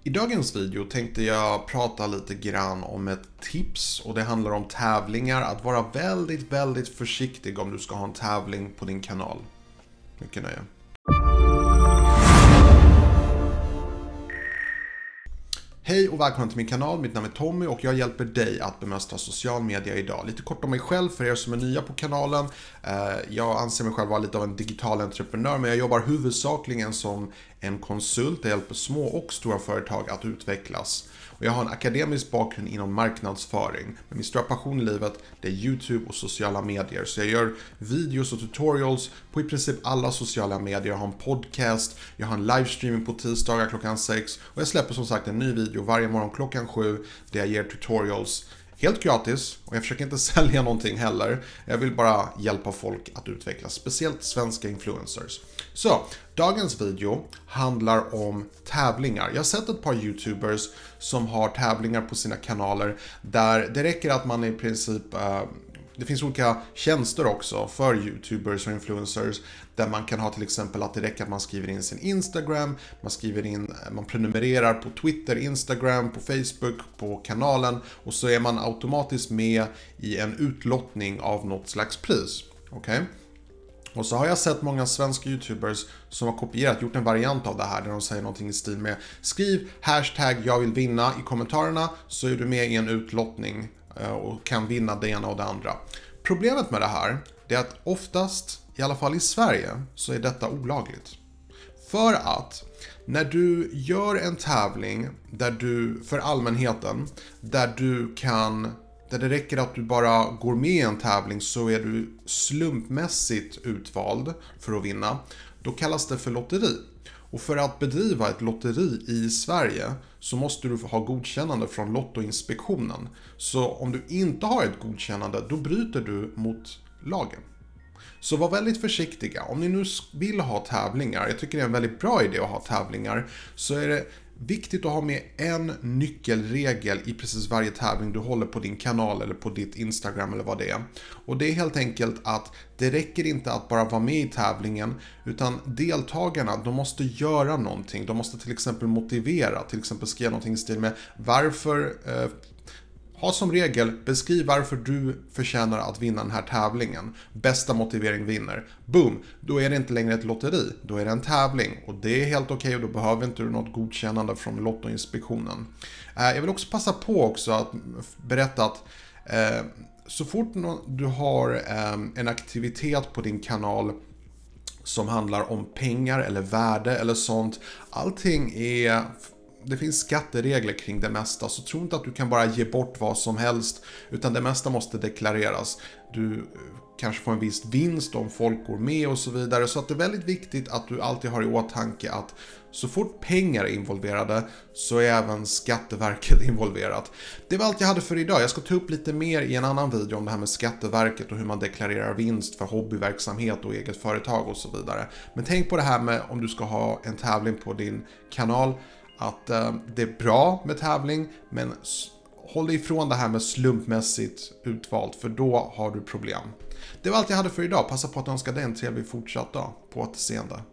I dagens video tänkte jag prata lite grann om ett tips och det handlar om tävlingar. Att vara väldigt försiktig om du ska ha en tävling på din kanal. Mycket nöje. Hej och välkommen till min kanal, mitt namn är Tommy och jag hjälper dig att bemästra social media idag. Lite kort om mig själv för er som är nya på kanalen. Jag anser mig själv vara lite av en digital entreprenör, men jag jobbar huvudsakligen som en konsult. Jag hjälper små och stora företag att utvecklas. Och jag har en akademisk bakgrund inom marknadsföring. Men min stora passion i livet det är YouTube och sociala medier. Så jag gör videos och tutorials på i princip alla sociala medier. Jag har en podcast, jag har en livestreaming på tisdagar klockan 6. Och jag släpper som sagt en ny video varje morgon klockan 7 där jag ger tutorials helt gratis. Och jag försöker inte sälja någonting heller. Jag vill bara hjälpa folk att utvecklas, speciellt svenska influencers. Så, dagens video handlar om tävlingar. Jag har sett ett par YouTubers som har tävlingar på sina kanaler där det räcker att man i princip... Det finns olika tjänster också för YouTubers och influencers där man kan ha till exempel att det räcker att man skriver in sin Instagram, man prenumererar på Twitter, Instagram, på Facebook, på kanalen och så är man automatiskt med i en utlottning av något slags pris. Okej? Och så har jag sett många svenska YouTubers som har gjort en variant av det här där de säger någonting i stil med skriv hashtag jag vill vinna i kommentarerna så är du med i en utlottning och kan vinna det ena och det andra. Problemet med det här är att oftast, i alla fall i Sverige, så är detta olagligt. För att när du gör en tävling för allmänheten där det räcker att du bara går med i en tävling så är du slumpmässigt utvald för att vinna. Då kallas det för lotteri. Och för att bedriva ett lotteri i Sverige så måste du ha godkännande från Lottoinspektionen. Så om du inte har ett godkännande då bryter du mot lagen. Så var väldigt försiktiga. Om ni nu vill ha tävlingar, jag tycker det är en väldigt bra idé att ha tävlingar, så är det viktigt att ha med en nyckelregel i precis varje tävling du håller på din kanal eller på ditt Instagram eller vad det är. Och det är helt enkelt att det räcker inte att bara vara med i tävlingen utan deltagarna, de måste göra någonting. De måste till exempel motivera, till exempel skriva någonting i stil med ha som regel, beskriv varför du förtjänar att vinna den här tävlingen. Bästa motivering vinner. Boom! Då är det inte längre ett lotteri. Då är det en tävling. Och det är helt okej och då behöver inte du något godkännande från Lottoinspektionen. Jag vill också passa på också att berätta att så fort du har en aktivitet på din kanal som handlar om pengar eller värde eller sånt. Det finns skatteregler kring det mesta, så tro inte att du kan bara ge bort vad som helst, utan det mesta måste deklareras. Du kanske får en viss vinst om folk går med och så vidare, så att det är väldigt viktigt att du alltid har i åtanke att så fort pengar är involverade så är även Skatteverket involverat. Det var allt jag hade för idag. Jag ska ta upp lite mer i en annan video om det här med Skatteverket och hur man deklarerar vinst för hobbyverksamhet och eget företag och så vidare. Men tänk på det här med om du ska ha en tävling på din kanal, att det är bra med tävling, men håll dig ifrån det här med slumpmässigt utvalt, för då har du problem. Det var allt jag hade för idag. Passa på att önska dig en trevlig fortsatt dag. På återseende.